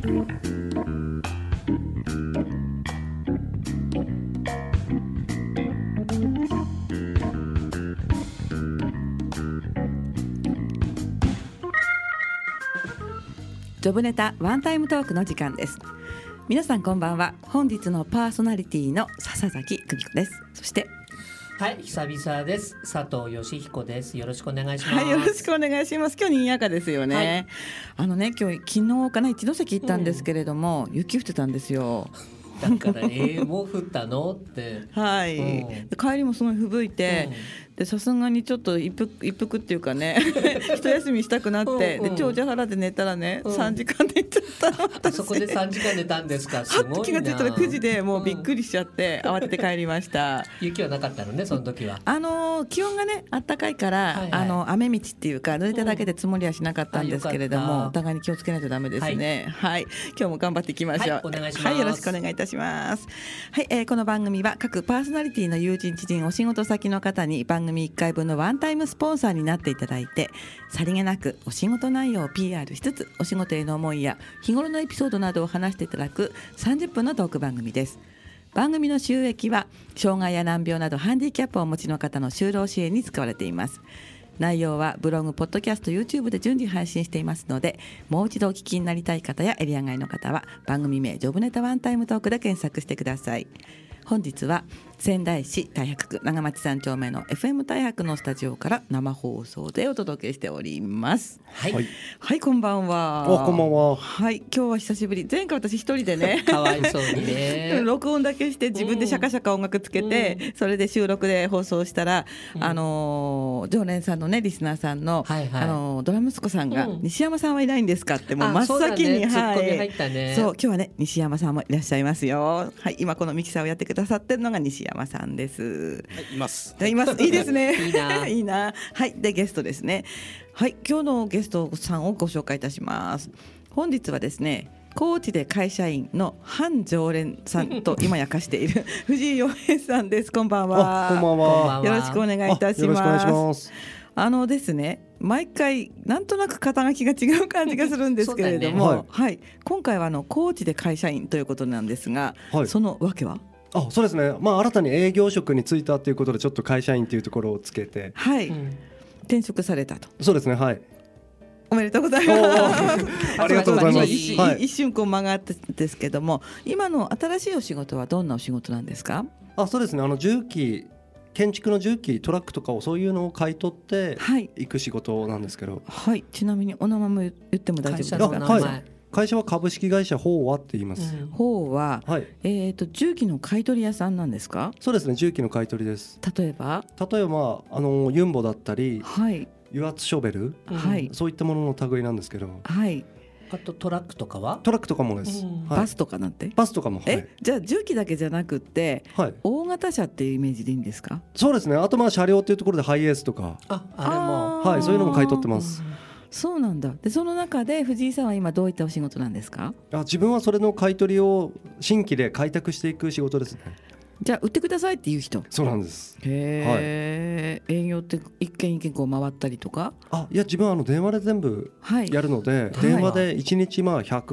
ジョブネタワンタイムトークの時間です。皆さんこんばんは。本日のパーソナリティの笹崎久美子です。そしてはい久々です。佐藤義彦です。よろしくお願いします。 はい、よろしくお願いします。今日にぎやかですよね、はい、今日昨日かな一ノ関行ったんですけれども、雪降ってたんですよ。 だからもう降ったのってはい、帰りもすごい吹雪いて、でさすがにちょっと一服っていうかね一休みしたくなってで長者原で寝たらね、3時間寝ちゃったあそこで3時間寝たんですか。すごいな。 気がついたら9時でもうびっくりしちゃって、慌てて帰りました。 雪はなかったのねその時は。 気温がね暖かいから、はいはい、雨道っていうか濡れただけで積もりはしなかったんですけれども、お互いに気をつけないとダメですね、はい、今日も頑張っていきましょう、 はい、お願いします。 はい、よろしくお願いいたします。はい、この番組は各パーソナリティの友人知人お仕事先の方に番組1回分のワンタイムスポンサーになっていただいて、さりげなくお仕事内容を PR しつつお仕事への思いや日頃のエピソードなどを話していただく30分のトーク番組です。番組の収益は障害や難病などハンディキャップをお持ちの方の就労支援に使われています。内容はブログ、ポッドキャスト、YouTube で順次配信していますので、もう一度お聞きになりたい方やエリア外の方は番組名ジョブネタワンタイムトークで検索してください。本日は仙台市太白区長町3丁目の FM 太白のスタジオから生放送でお届けしております。はい、はい、こんばんは。 こんばんは。 はい、今日は久しぶり。前回私一人でねかわいそうにね録音だけして自分でシャカシャカ音楽つけて、それで収録で放送したら、常連さんのねリスナーさんの、はいはい、ドラ息子さんが、西山さんはいないんですかってもう真っ先に、 ツッコミ入ったね。 そう今日はね西山さんもいらっしゃいますよ。はい、今このミキサーをやってくださってるのが西山さんです。 はい、います。 いいですねいいないいな。はい、でゲストですね。はい、今日のゲストさんをご紹介いたします。本日はですね、高知で会社員の半常連さんと今やかしている藤井洋平さんです。こんばんは。 こんばんは。 よろしくお願いいたします。 よろしくお願いします。 ですね、毎回なんとなく肩書きが違う感じがするんですけれども、ね、はい、今回は高知で会社員ということなんですが、はい、そのわけはそうですね、新たに営業職に就いたということでちょっと会社員というところをつけて、 はい、転職されたと。 そうですね、はい、 おめでとうございますありがとうございます。 一瞬こう間があったんですけども、今の新しいお仕事はどんなお仕事なんですか？ そうですね、建築の重機トラックとかをそういうのを買い取っていく仕事なんですけど、 はい、ちなみにお名前も言っても大丈夫ですか？ はい、会社は株式会社法和って言います。 法和、 はい、 重機の買い取り屋さんなんですか？ そうですね、重機の買い取りです。 例えばユンボだったり、 はい、 油圧ショベル、 はい、 そういったものの類なんですけど、 はい、 あとトラックとかは？ トラックとかもです、はい、 バスとかなんて？ バスとかも、はい、 じゃあ重機だけじゃなくって、はい、大型車っていうイメージでいいんですか？ そうですね、あと車両っていうところでハイエースとか、 あれも、 はい、そういうのも買い取ってます。 そうなんだ。でその中で藤井さんは今どういったお仕事なんですか？ 自分はそれの買い取りを新規で開拓していく仕事ですね。 じゃあ売ってくださいっていう人？ そうなんです。 へー、はい、営業って一軒一軒こう回ったりとか？ いや、自分は電話で全部やるので、はい、電話で1日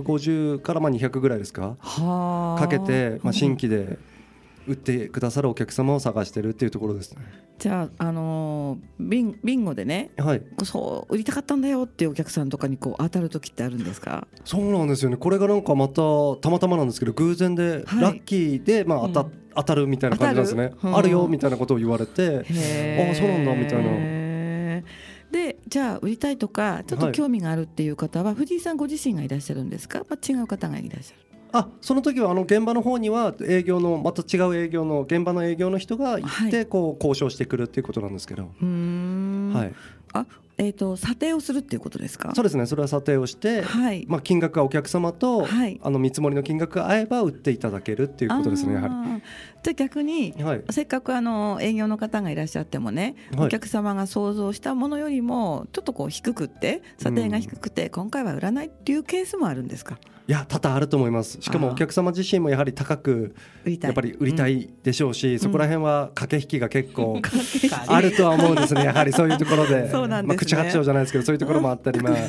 150から200ぐらいですか、かけて、新規で売ってくださるお客様を探してるっていうところですね。 じゃあ、ビンゴでね、はい、そう売りたかったんだよっていうお客さんとかにこう当たる時ってあるんですか？ そうなんですよね。これがまたたまたまなんですけど、偶然で、はい、ラッキーで、当たるみたいな感じなんですね。あるよみたいなことを言われて、そうなんだみたいな。 でじゃあ売りたいとかちょっと興味があるっていう方は、藤井さんご自身がいらっしゃるんですか？違う方がいらっしゃる？ その時は現場の方には営業のまた違う営業の現場の営業の人が行ってこう交渉してくるっていうことなんですけど、はい、 査定をするっていうことですか？ そうですね、それは査定をして、はい、金額がお客様と、はい、見積もりの金額が合えば売っていただけるっていうことですね。やはりじゃあ逆に、 はい、 せっかく営業の方がいらっしゃってもね、 はい、 お客様が想像したものよりもちょっとこう低くって査定が低くて、今回は売らないっていうケースもあるんですか？ いや多々あると思います。しかもお客様自身もやはり高くやっぱり売りたいでしょうし、そこら辺は駆け引きが結構あるとは思うんですね。やはりそういうところでそうなんですね、 口八丁じゃないですけどそういうところもあったり、金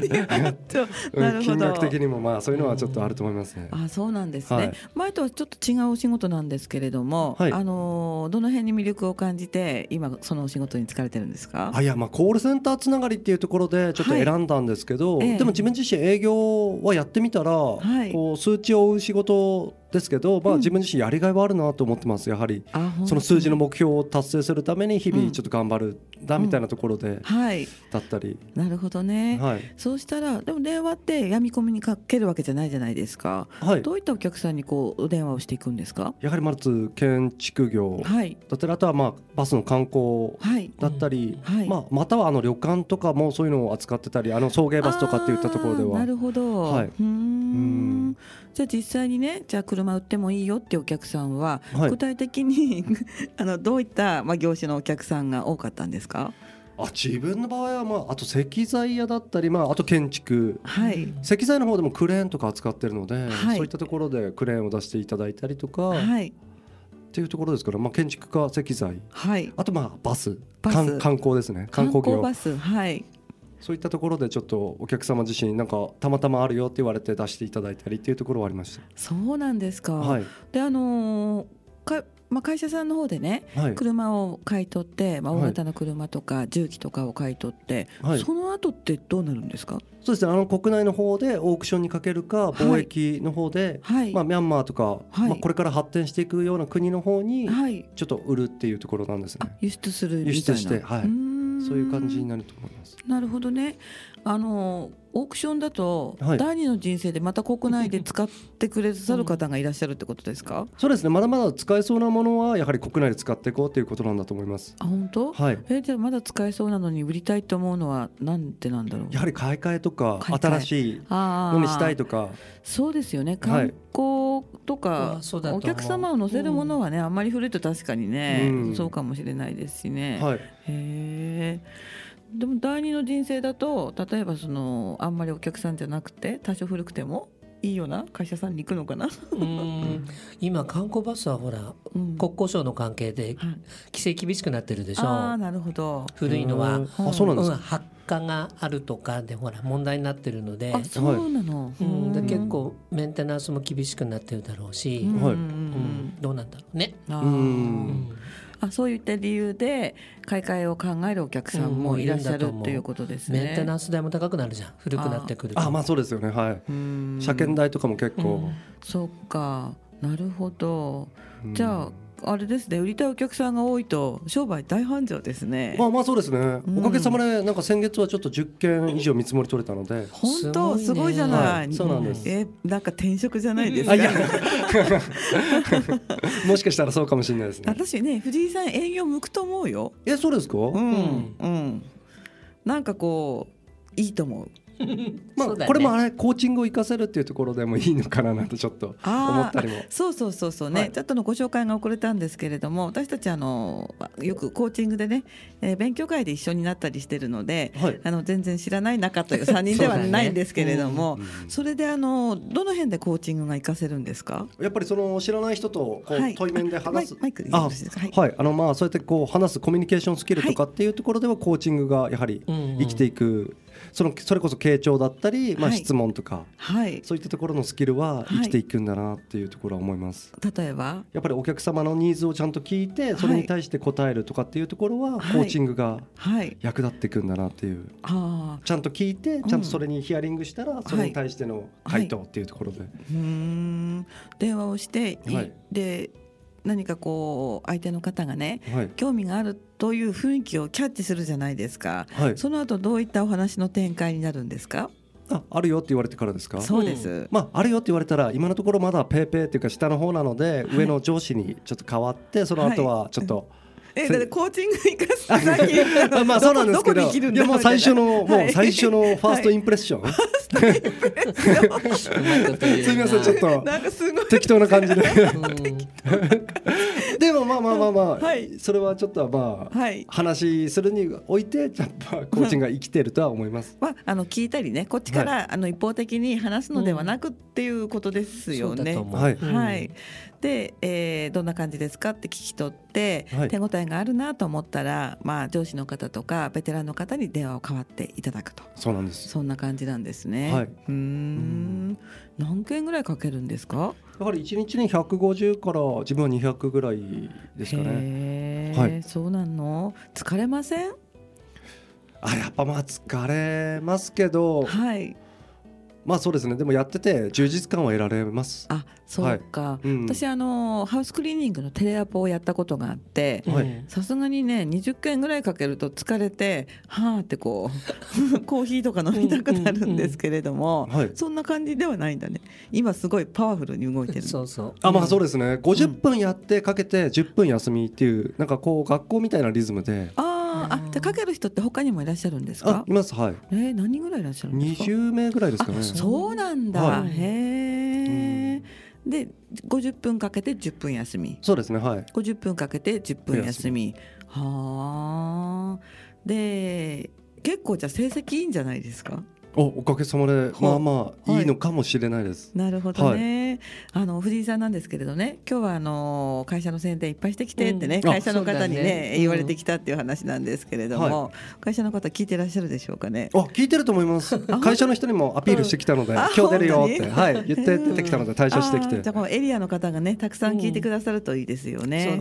額的にもそういうのはちょっとあると思いますね。 そうなんですね、 はい、 前とはちょっと違うお仕事なんですけれども、 はい、 どの辺に魅力を感じて今そのお仕事に就かれてるんですか？ いやコールセンターつながりっていうところでちょっと選んだんですけど、でも自分自身営業はやってみたら、こう数値を追う仕事ですけど、自分自身やりがいはあるなと思ってます。やはりその数字の目標を達成するために日々ちょっと頑張るだみたいなところで、だったり。 なるほどね、そうしたらでも電話って闇込みにかけるわけじゃないじゃないですか、どういったお客さんにこうお電話をしていくんですか？ やはりまず建築業だったり、あとはバスの観光だったり、または旅館とかもそういうのを扱ってたり、送迎バスとかっていったところでは。 なるほど、じゃあ実際にね、じゃあ車売ってもいいよってお客さんは、具体的にどういった、業種のお客さんが多かったんですか？ 自分の場合は、あと石材屋だったり、あと建築、石材の方でもクレーンとか扱ってるので、そういったところでクレーンを出していただいたりとか、っていうところですから、建築か石材、あとバス、観光ですね、観光業、 バス、 そういったところでちょっとお客様自身なんかたまたまあるよって言われて出していただいたりっていうところはありました。 そうなんですか、で会社さんの方でね、車を買い取って、大型の車とか重機とかを買い取って、その後ってどうなるんですか？ そうですね、国内の方でオークションにかけるか、貿易の方で、ミャンマーとか、これから発展していくような国の方にちょっと売るっていうところなんですね。 輸出するみたいな、 輸出して、そういう感じになると思います。 なるほどね。オークションだと、第二の人生でまた国内で使ってくれざる方がいらっしゃるってことですか？ そうですね、まだまだ使えそうなものはやはり国内で使っていこうということなんだと思います。 本当？じゃあまだ使えそうなのに売りたいと思うのはなんでなんだろう？ やはり買い替えとか新しいのにしたいとか。 そうですよね、観光とか、お客様を乗せるものはね、あんまり古いと確かにね、そうかもしれないですしね。でも第二の人生だと、例えばあんまりお客さんじゃなくて多少古くてもいいような会社さんに行くのかな。 今観光バスはほら、国交省の関係で規制厳しくなってるでしょ。 なるほど。 古いのはそうなんですか。 発火があるとかでほら問題になってるので、 そうなの。 で結構メンテナンスも厳しくなってるだろうし、どうなんだろうね。そういった理由で買い替えを考えるお客さんもいらっしゃるっていうことですね。 メンテナンス代も高くなるじゃん、古くなってくると。 そうですよね、車検代とかも結構、 そっか、なるほど。じゃああれですね、売りたいお客さんが多いと商売大繁盛ですね。 そうですね、おかげさまでなんか先月はちょっと10件以上見積もり取れたので。 本当すごいじゃない。 そうなんです。 なんか転職じゃないですか。 もしかしたらそうかもしれないですね。 私ね、藤井さん営業向くと思うよ。 そうですか？ なんかこういいと思う。 これもコーチングを活かせるっていうところでもいいのかなとちょっと思ったりも。 そうね、ちょっとのご紹介が遅れたんですけれども、私たちよくコーチングでね、勉強会で一緒になったりしてるので、全然知らない仲という3人ではないんですけれども、それでどの辺でコーチングが活かせるんですか？やっぱり知らない人と対面で話す、 マイクでよろしいですか？ そうやって話すコミュニケーションスキルとかっていうところではコーチングがやはり生きていく。それこそ傾聴だったり、質問とか、そういったところのスキルは生きていくんだなっていうところは思います。 例えばやっぱりお客様のニーズをちゃんと聞いて、それに対して答えるとかっていうところは、コーチングが役立っていくんだなっていう、ちゃんと聞いてちゃんとそれにヒアリングしたら、それに対しての回答っていうところで、 電話をしてで何か相手の方がね、興味があるという雰囲気をキャッチするじゃないですか、その後どういったお話の展開になるんですか？ あるよって言われてからですか？ そうです、 あるよって言われたら今のところまだペーペーっていうか下の方なので、上の上司にちょっと変わって、その後はちょっとだってコーチング生かす先まあそうなんですけど、いやもう最初のファーストインプレッション、すみませんちょっとなんかすごい適当な感じででもまあ、それはちょっと話するにおいてやっぱコーチングが生きているとは思います。 聞いたりね、こっちから一方的に話すのではなくっていうことですよね。で、どんな感じですかって聞き取って、手応えがあるなと思ったら、上司の方とかベテランの方に電話を代わっていただくと。 そうなんです。 そんな感じなんですね。何件ぐらいかけるんですか？ やはり1日に150から自分は200ぐらいですかね。 そうなの？疲れません？ やっぱ疲れますけど、そうですね。でもやってて充実感は得られます。 そうか。私ハウスクリーニングのテレアポをやったことがあって、さすがにね20件ぐらいかけると疲れてはーってこうコーヒーとか飲みたくなるんですけれども、そんな感じではないんだね。今すごいパワフルに動いてる。 そうそう。 そうですね。50分やってかけて10分休みっていうなんかこう学校みたいなリズムで。 じゃかける人って他にもいらっしゃるんですか？ います。 何人ぐらいいらっしゃるんですか ？20名ぐらいですかね。 そうなんだ。へえ。で50分かけて10分休み。 そうですね。 50分かけて10分休み。で結構じゃあ成績いいんじゃないですか？ おかげさまでいいのかもしれないです。 なるほどね。藤井さんなんですけれどね、今日は会社の宣伝いっぱいしてきてってね、会社の方にね言われてきたっていう話なんですけれども、会社の方聞いてらっしゃるでしょうかね？ 聞いてると思います。会社の人にもアピールしてきたので、今日出るよって言って出てきたので退社してきて、 じゃあこのエリアの方がねたくさん聞いてくださるといいですよね。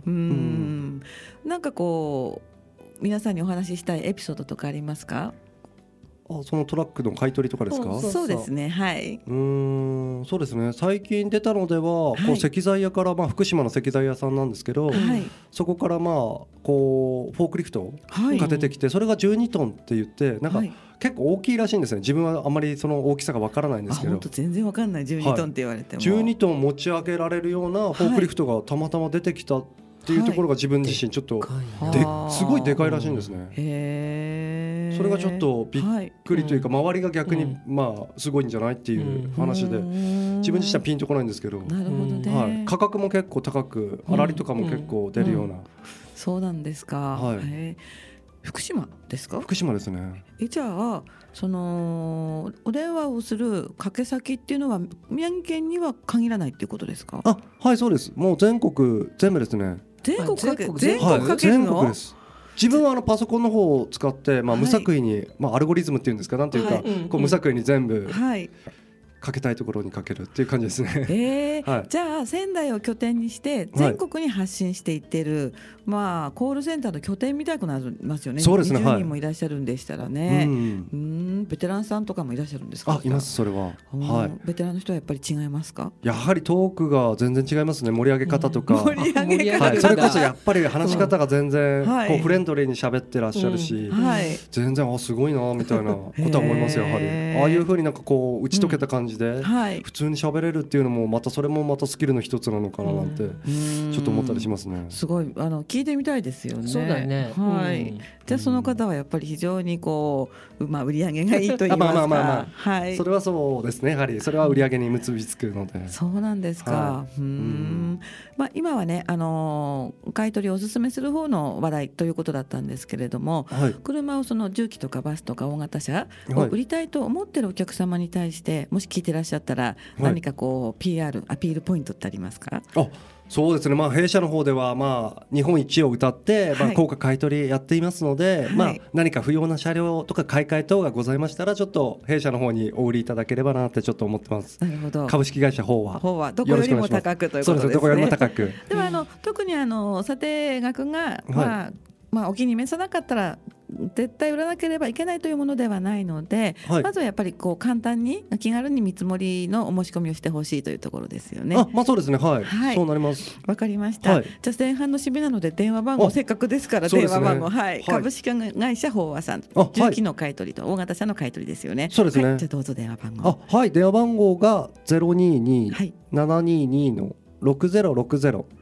なんかこう皆さんにお話ししたいエピソードとかありますか？ そのトラックの買い取りとかですか？ そうですね。 そうですね。最近出たのでは、こう石材屋から福島の石材屋さんなんですけど、そこからこうフォークリフトが出てきて、それが12トンって言ってなんか結構大きいらしいんですね。自分はあんまりその大きさがわからないんですけど。 全然わかんない。12トンって言われても、 12トン持ち上げられるようなフォークリフトがたまたま出てきたっていうところが自分自身ちょっとすごいでかいらしいんですね。それがちょっとびっくりというか、周りが逆にすごいんじゃないっていう話で、自分自身はピンとこないんですけど、価格も結構高く、粗利とかも結構出るような。 そうなんですか。福島ですか？ 福島ですね。 じゃあそのお電話をするかけ先っていうのは宮城県には限らないっていうことですか？ そうです。もう全国全部ですね。 全国かけるの？ 全国です。自分はパソコンの方を使って、無作為に、アルゴリズムっていうんですか、なんていうか、こう無作為に全部かけたいところにかけるっていう感じですね。 じゃあ仙台を拠点にして全国に発信していってる、コールセンターの拠点みたいになりますよね。 そうですね。 20人もいらっしゃるんでしたらね。ベテランさんとかもいらっしゃるんですか？ います。それは、 ベテランの人はやっぱり違いますか？ やはりトークが全然違いますね。盛り上げ方とか、 盛り上げ方、 それこそやっぱり話し方が全然こうフレンドリーに喋ってらっしゃるし、全然すごいなみたいなことは思います。やはりああいう風になんかこう打ち解けた感じで普通に喋れるっていうのもそれもまたスキルの一つなのかななんてちょっと思ったりしますね。 すごい聞いてみたいですよね。 そうだよね。 じゃあその方はやっぱり非常にこう売り上げがいいと言いますか。 それはそうですね。やはりそれは売り上げに結びつくので。 そうなんですか。今はね買い取りをおすすめする方の話題ということだったんですけれども、車をその重機とかバスとか大型車を売りたいと思ってるお客様に対してもし聞いてらっしゃったら何かこう PR アピールポイントってありますか？ そうですね。弊社の方では日本一を謳って、高価買い取りやっていますので、何か不要な車両とか買い替え等がございましたらちょっと弊社の方にお売りいただければなってちょっと思ってます。 なるほど。 株式会社方はどこよりも高くということですね。そうです。 どこよりも高く。 でも特に査定額がお気に召さなかったら絶対売らなければいけないというものではないので、まずはやっぱりこう簡単に気軽に見積もりのお申し込みをしてほしいというところですよね。 そうですね。そうなります。 わかりました。じゃあ前半の締めなので電話番号せっかくですから電話番号、株式会社飽和さん、重機の買い取りと大型車の買い取りですよね。 そうですね。 じゃあどうぞ電話番号。 電話番号が022-722の6060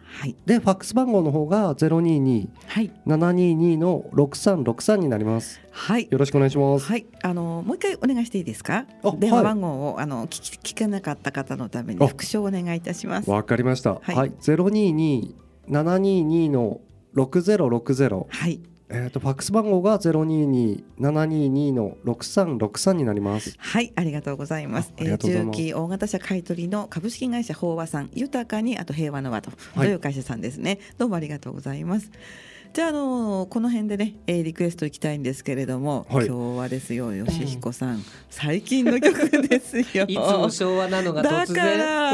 はい、 でファックス番号の方が 022-722-6363 になります。 はい、 よろしくお願いします。 はい、もう一回お願いしていいですか。電話番号を聞かなかった方のために復唱お願いいたします。 わかりました。はい、はい、022-722-6060、 はい、 ファックス番号が 022-722-6363 になります。 はい、ありがとうございます。重機大型車買取の株式会社豊和さん、豊かにあと平和の和という会社さんですね、はい、どうもありがとうございます。じゃあ、この辺でね、リクエストいきたいんですけれども、はい、今日はですよ、吉彦さん、最近の曲ですよ。 いつも昭和なのが突然だから、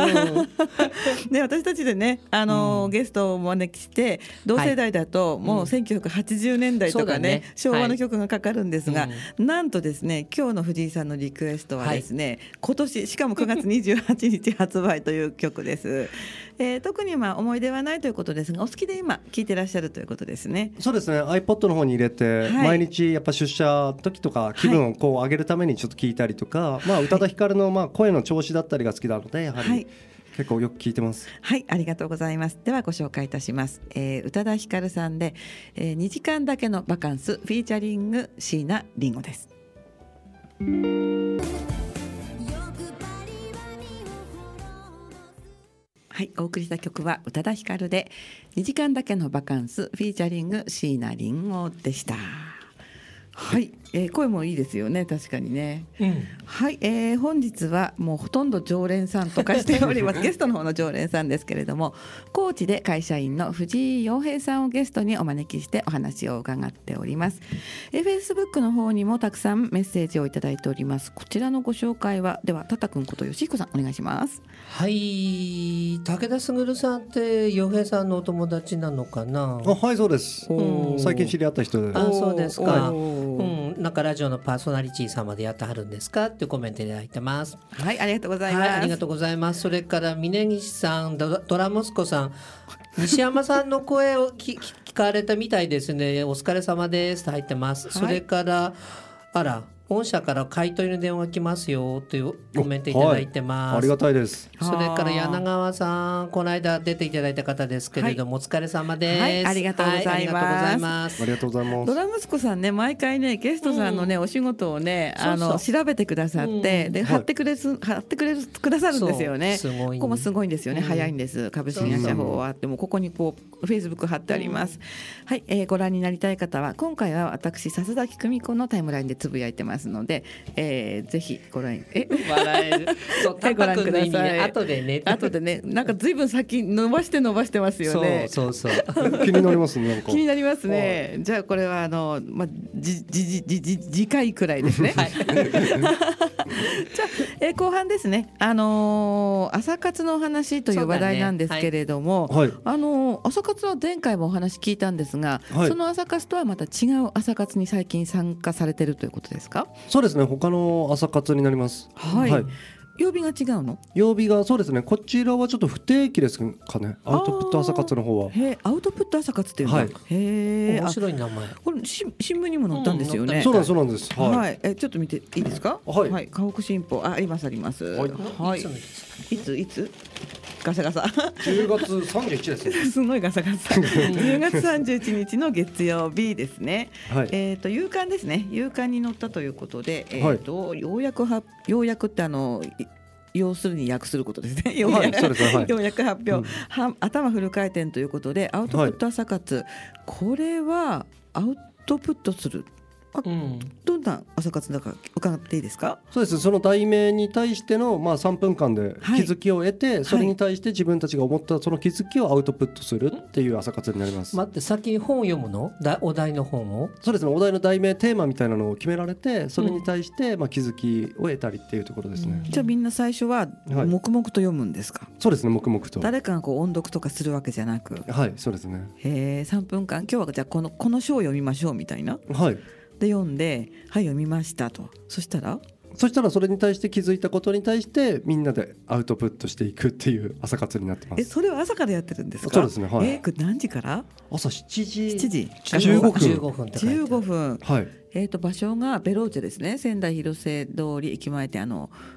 ね、私たちでね、ゲストをお招きして同世代だともう1980年代とかね、昭和の曲がかかるんですが、なんとですね、今日の藤井さんのリクエストはですね、今年しかも9月28日発売という曲です。特に思い出はないということですが、お好きで今聴いてらっしゃるということですね。 そうですね、 iPod の方に入れて、毎日やっぱ出社時とか気分をこう上げるためにちょっと聴いたりとか、宇多田ヒカルの声の調子だったりが好きなので、やはり結構よく聴いてます。 はい、ありがとうございます。ではご紹介いたします。宇多田ヒカルさんで、2時間だけのバカンスフィーチャリング椎名林檎です。はい、お送りした曲は宇多田ヒカルで2時間だけのバカンスフィーチャリング椎名林檎でした。はい、声もいいですよね、確かにね、はい、本日はもうほとんど常連さんとかしておりますゲストの方の常連さんですけれども、高知で会社員の藤井洋平さんをゲストにお招きしてお話を伺っております。Facebook の方にもたくさんメッセージをいただいております。こちらのご紹介は、ではタタ君こと吉彦さんお願いします。 はい、武田卓さんって洋平さんのお友達なのかな。 はい、そうです。最近知り合った人で。 そうですか。なんかラジオのパーソナリティ様でやってはるんですかってコメントいただいてます。 はい、ありがとうございます。 はい、ありがとうございます。それから峯岸さん、ドラ息子さん、西山さんの声を聞かれたみたいですね。お疲れ様ですと入ってます。それから御社から買い取りの電話来ますよというコメントいただいてます。 ありがたいです。 それから柳川さん、この間出ていただいた方ですけれども、お疲れ様です。 はい、ありがとうございます。 ありがとうございます。 ドラ息子さんね、毎回ね、ゲストさんのね、お仕事をね、調べてくださって、で貼ってくださるんですよね。ここもすごいんですよね。早いんです。株式会社法はあっても、ここにこう Facebook 貼ってあります。はい、ご覧になりたい方は、今回は私笹崎久美子のタイムラインでつぶやいてますので、ぜひご覧笑えるご覧ください。 後でねなんかずいぶん先伸ばしてますよね。 そう気になりますね。なんか気になりますね。じゃあこれは次回くらいですね。はい、じゃあ、後半ですね。朝活のお話という話題なんですけれども、朝活は前回もお話聞いたんですが、その朝活とはまた違う朝活に最近参加されているということですか。 そうですね、他の朝活になります。 はい、曜日が違うの？ 曜日がそうですね、こちらはちょっと不定期ですかね。アウトプット朝活の方は。 アウトプット朝活っていうのは、 面白い名前。 これ新聞にも載ったんですよね。 そうなんです。 はい、ちょっと見ていいですか。 はい、 河北新報あります。はい、いつガサガサ 10月31です。 すごいガサガサ10月31日の月曜日ですね。夕刊ですね。夕刊に載ったということで、ようやくって要するに訳することですね。ようやく発表、頭フル回転ということで、アウトプット朝活、これはアウトプットする、どんな朝活だか伺っていいですか。 そうです。その題名に対しての3分間で気づきを得て、それに対して自分たちが思ったその気づきをアウトプットするっていう朝活になります。 待って、先に本を読むの？お題の本を？ そうですね、お題の題名テーマみたいなのを決められて、それに対して気づきを得たりっていうところですね。 じゃあみんな最初は黙々と読むんですか。 そうですね、黙々と。 誰かが音読とかするわけじゃなく。 はい、そうですね。 3分間、今日はじゃあこの章を読みましょうみたいな。 はい。 で読んで、はい読みましたと。そしたらそれに対して気づいたことに対してみんなでアウトプットしていくっていう朝活になってます。 それは朝からやってるんですか。 そうですね。はい。 何時から？ 朝7時 15分。 はい。 場所がベローチェですね。仙台広瀬通り駅前って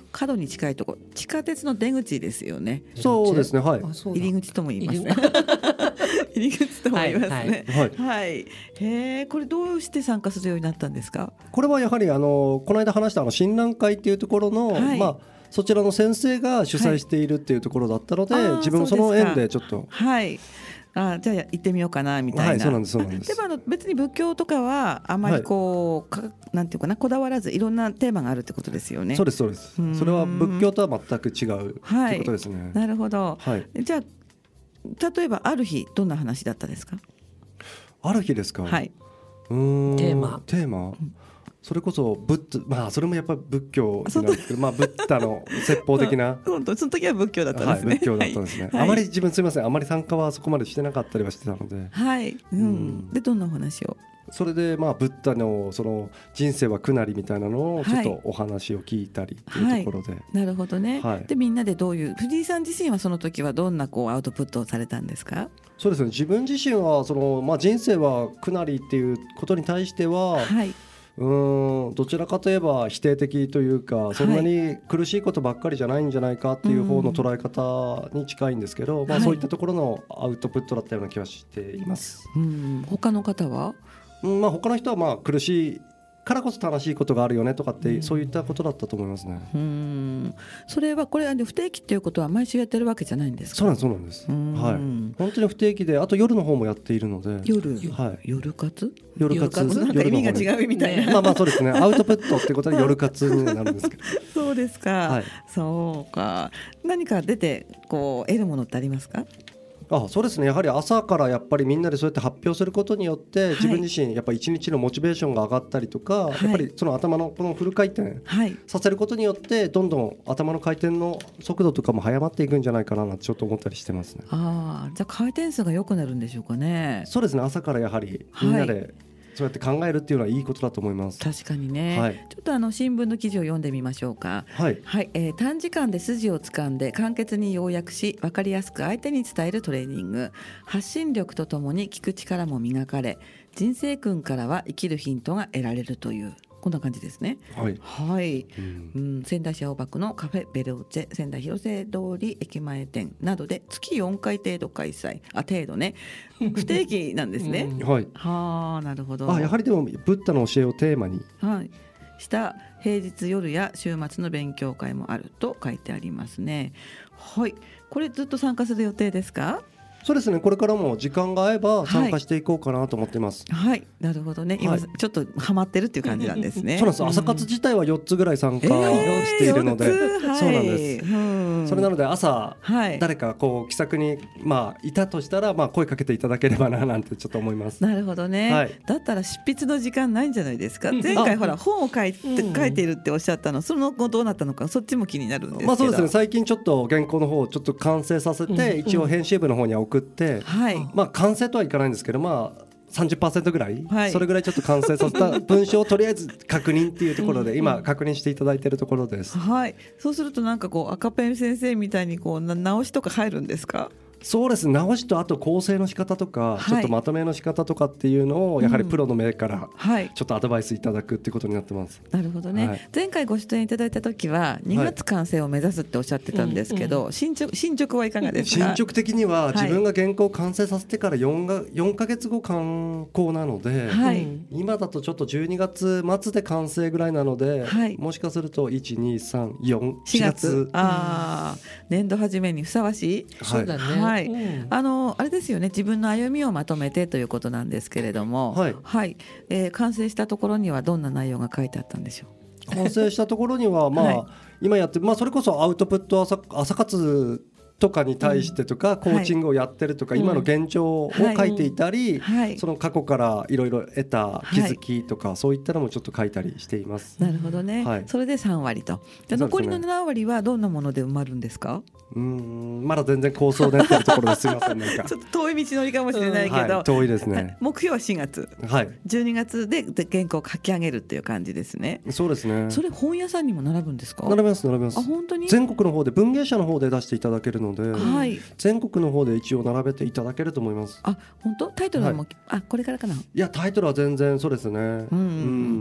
角に近いところ、地下鉄の出口ですよね。 そうですね、はい。 入り口とも言いますね。入り口とも言いますね。はい。へえ、これどうして参加するようになったんですか？ これはやはりこの間話した親鸞会っていうところの、まあそちらの先生が主催しているっていうところだったので、自分もその縁でちょっと、 はい。じゃあ行ってみようかなみたいな。 はい、そうなんです、そうなんです。 でも別に仏教とかはあまりこう、なんていうかな、こだわらずいろんなテーマがあるってことですよね。 そうです、そうです。それは仏教とは全く違うっていうことですね。 なるほど。じゃあ例えばある日どんな話だったですか？ ある日ですか？ はい。 テーマ、 それこそまあそれもやっぱり仏教なんですけど、まあブッダの説法的なその時は仏教だったんですね。 仏教だったんですね。あまり自分すみません、あまり参加はそこまでしてなかったりはしてたので、 はい。でどんなお話を？ それでまあブッダのその人生は苦なりみたいなのをちょっとお話を聞いたりというところで、 なるほどね。でみんなでどういう、藤井さん自身はその時はどんなこうアウトプットをされたんですか？ そうですね、自分自身はその、まあ、人生は苦なりっていうことに対しては、どちらかといえば否定的というか、そんなに苦しいことばっかりじゃないんじゃないかっていう方の捉え方に近いんですけど、まあ、そういったところのアウトプットだったような気はしています。 他の方は？ まあ、他の人はまあ苦しいからこそ楽しいことがあるよねとかって、そういったことだったと思いますね。 それはこれ不定期っていうことは毎週やってるわけじゃないんですか？ そうなんです。はい。本当に不定期で、あと夜の方もやっているので。 夜活？ なんか意味が違うみたいな。 まあそうですね。アウトプットってことで夜活になるんですけど。 そうですか。そうか。何か出てこう得るものってありますか？ そうですね、やはり朝からやっぱりみんなでそうやって発表することによって、自分自身やっぱり一日のモチベーションが上がったりとか、やっぱりその頭のこのフル回転させることによって、どんどん頭の回転の速度とかも速まっていくんじゃないかななんてちょっと思ったりしてますね。 じゃあ回転数が良くなるんでしょうかね。 そうですね、朝からやはりみんなでそうやって考えるっていうのはいいことだと思います。 確かにね。ちょっと新聞の記事を読んでみましょうか。短時間で筋をつかんで簡潔に要約し、分かりやすく相手に伝えるトレーニング。発信力とともに聞く力も磨かれ、人生訓からは生きるヒントが得られるという、こんな感じですね。仙台市青葉区のカフェベルチェ、仙台広瀬通り駅前店などで月4回程度開催。程度ね、不定期なんですね。なるほど。 やはりでもブッダの教えをテーマにした平日夜や週末の勉強会もあると書いてありますね。これずっと参加する予定ですか？ そうですね、これからも時間が合えば参加していこうかなと思ってます。 なるほどね。今ちょっとハマってるっていう感じなんですね。 そうなんです。朝活自体は4つぐらい参加しているので、そうなんです。それなので朝、誰かこう気さくにいたとしたら、声かけていただければななんてちょっと思います。 なるほどね。だったら執筆の時間ないんじゃないですか？前回ほら本を書いているっておっしゃったの、その後どうなったのか、そっちも気になるんですけど。 そうですね、最近ちょっと原稿の方をちょっと完成させて、一応編集部の方には送って、完成とはいかないんですけど、30% ぐらい、それぐらいちょっと完成させた文章をとりあえず確認っていうところで今確認していただいているところです。 そうするとなんかこう赤ペン先生みたいにこう直しとか入るんですか？ そうですね、直しとあと構成の仕方とか、ちょっとまとめの仕方とかっていうのをやはりプロの目からちょっとアドバイスいただくっていうことになってます。 なるほどね。前回ご出演いただいた時は2月完成を目指すっておっしゃってたんですけど、進捗はいかがですか？ 進捗的には自分が原稿を完成させてから4ヶ月後完工なので、今だとちょっと12月末で完成ぐらいなので、もしかすると1、2、3、4、4月年度始めにふさわしい。 そうだね。 あれですよね、自分の歩みをまとめてということなんですけれども、完成したところにはどんな内容が書いてあったんでしょう？ 完成したところには今やってそれこそアウトプット朝活とかに対してとか、コーチングをやってるとか、今の現状を書いていたり、その過去からいろいろ得た気づきとか、そういったのもちょっと書いたりしています。 なるほどね。それで3割と。残りの7割はどんなもので埋まるんですか？ まだ全然構想でやってるところですいません。 ちょっと遠い道のりかもしれないけど、 遠いですね。 目標は4月、12月で原稿を書き上げるっていう感じですね。 そうですね。 それ本屋さんにも並ぶんですか？ 並びます。 本当に？ 全国の方で文芸社の方で出していただけるので、全国の方で一応並べていただけると思います。 本当？タイトルはもう、これからかな。 いや、タイトルは全然そうですね。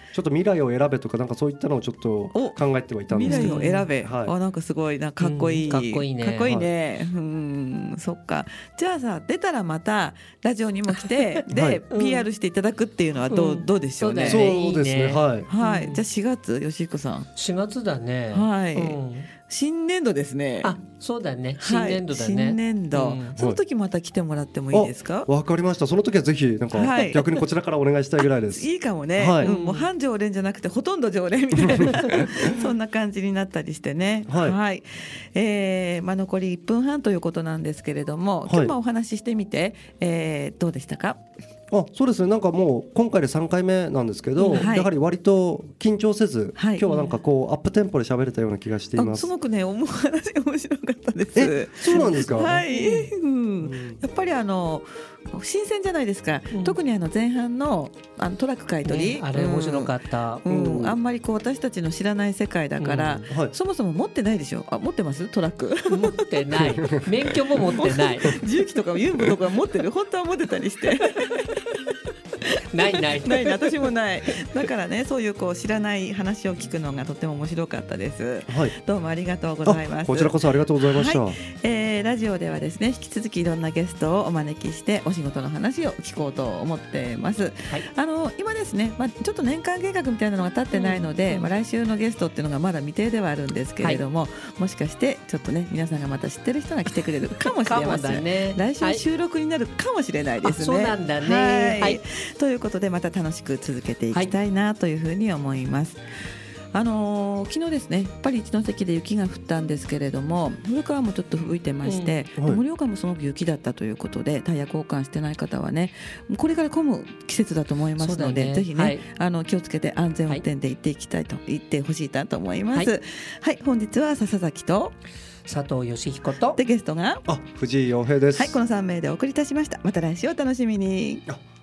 ちょっと未来を選べとかなんかそういったのをちょっと考えてはいたんですけど、 未来を選べ、 はい、 なんかすごいな、かっこいい、 かっこいいね、 かっこいいね、はい、そっか。じゃあさ、出たらまたラジオにも来てで、はい、PR していただくっていうのはどうでしょうね。 そうですね、はい、 はい、じゃあ4月、吉彦さん 4月だね、 はい、新年度ですね。 あ、そうだね、新年度だね、 新年度、その時また来てもらってもいいですか。 わかりました。その時はぜひなんか逆にこちらからお願いしたいぐらいです。 いいかもね、もう半常連じゃなくてほとんど常連みたいなそんな感じになったりしてね。はい、残り1分半ということなんですけれども、今日お話ししてみて、どうでしたか。 そうですね、なんかもう今回で3回目なんですけど、やはり割と緊張せず、今日はなんかこうアップテンポで喋れたような気がしています。 すごくね、話面白かったです。 そうなんですか。 はい、やっぱり新鮮じゃないですか、特に前半のトラック買い取り、 あれ面白かった、 あんまりこう私たちの知らない世界だから、そもそも持ってないでしょ。持ってます？トラック持ってない、免許も持ってない重機とかユンボとか持ってる？本当は持ってたりしてない私もない。だからね、そういうこう知らない話を聞くのがとても面白かったです。どうもありがとうございます。 こちらこそありがとうございました。 ラジオではですね、引き続きいろんなゲストをお招きしてお仕事の話を聞こうと思っています。今ですね、ちょっと年間計画みたいなのが立ってないので、来週のゲストっていうのがまだ未定ではあるんですけれども、もしかしてちょっとね、皆さんがまた知ってる人が来てくれるかもしれません。来週収録になるかもしれないですね。 そうなんだね。 ということで、また楽しく続けていきたいなというふうに思います。昨日ですね、やっぱり一関で雪が降ったんですけれども、古川もちょっと吹いてまして、盛岡もすごく雪だったということで、タイヤ交換してない方はね、これから混む季節だと思いますので、ぜひね、気をつけて安全運転で行っていきたいと、行ってほしいなと思います。はい、本日は笹崎と佐藤義彦とで、ゲストが藤井洋平です。 はい、この3名でお送りいたしました。また来週お楽しみに。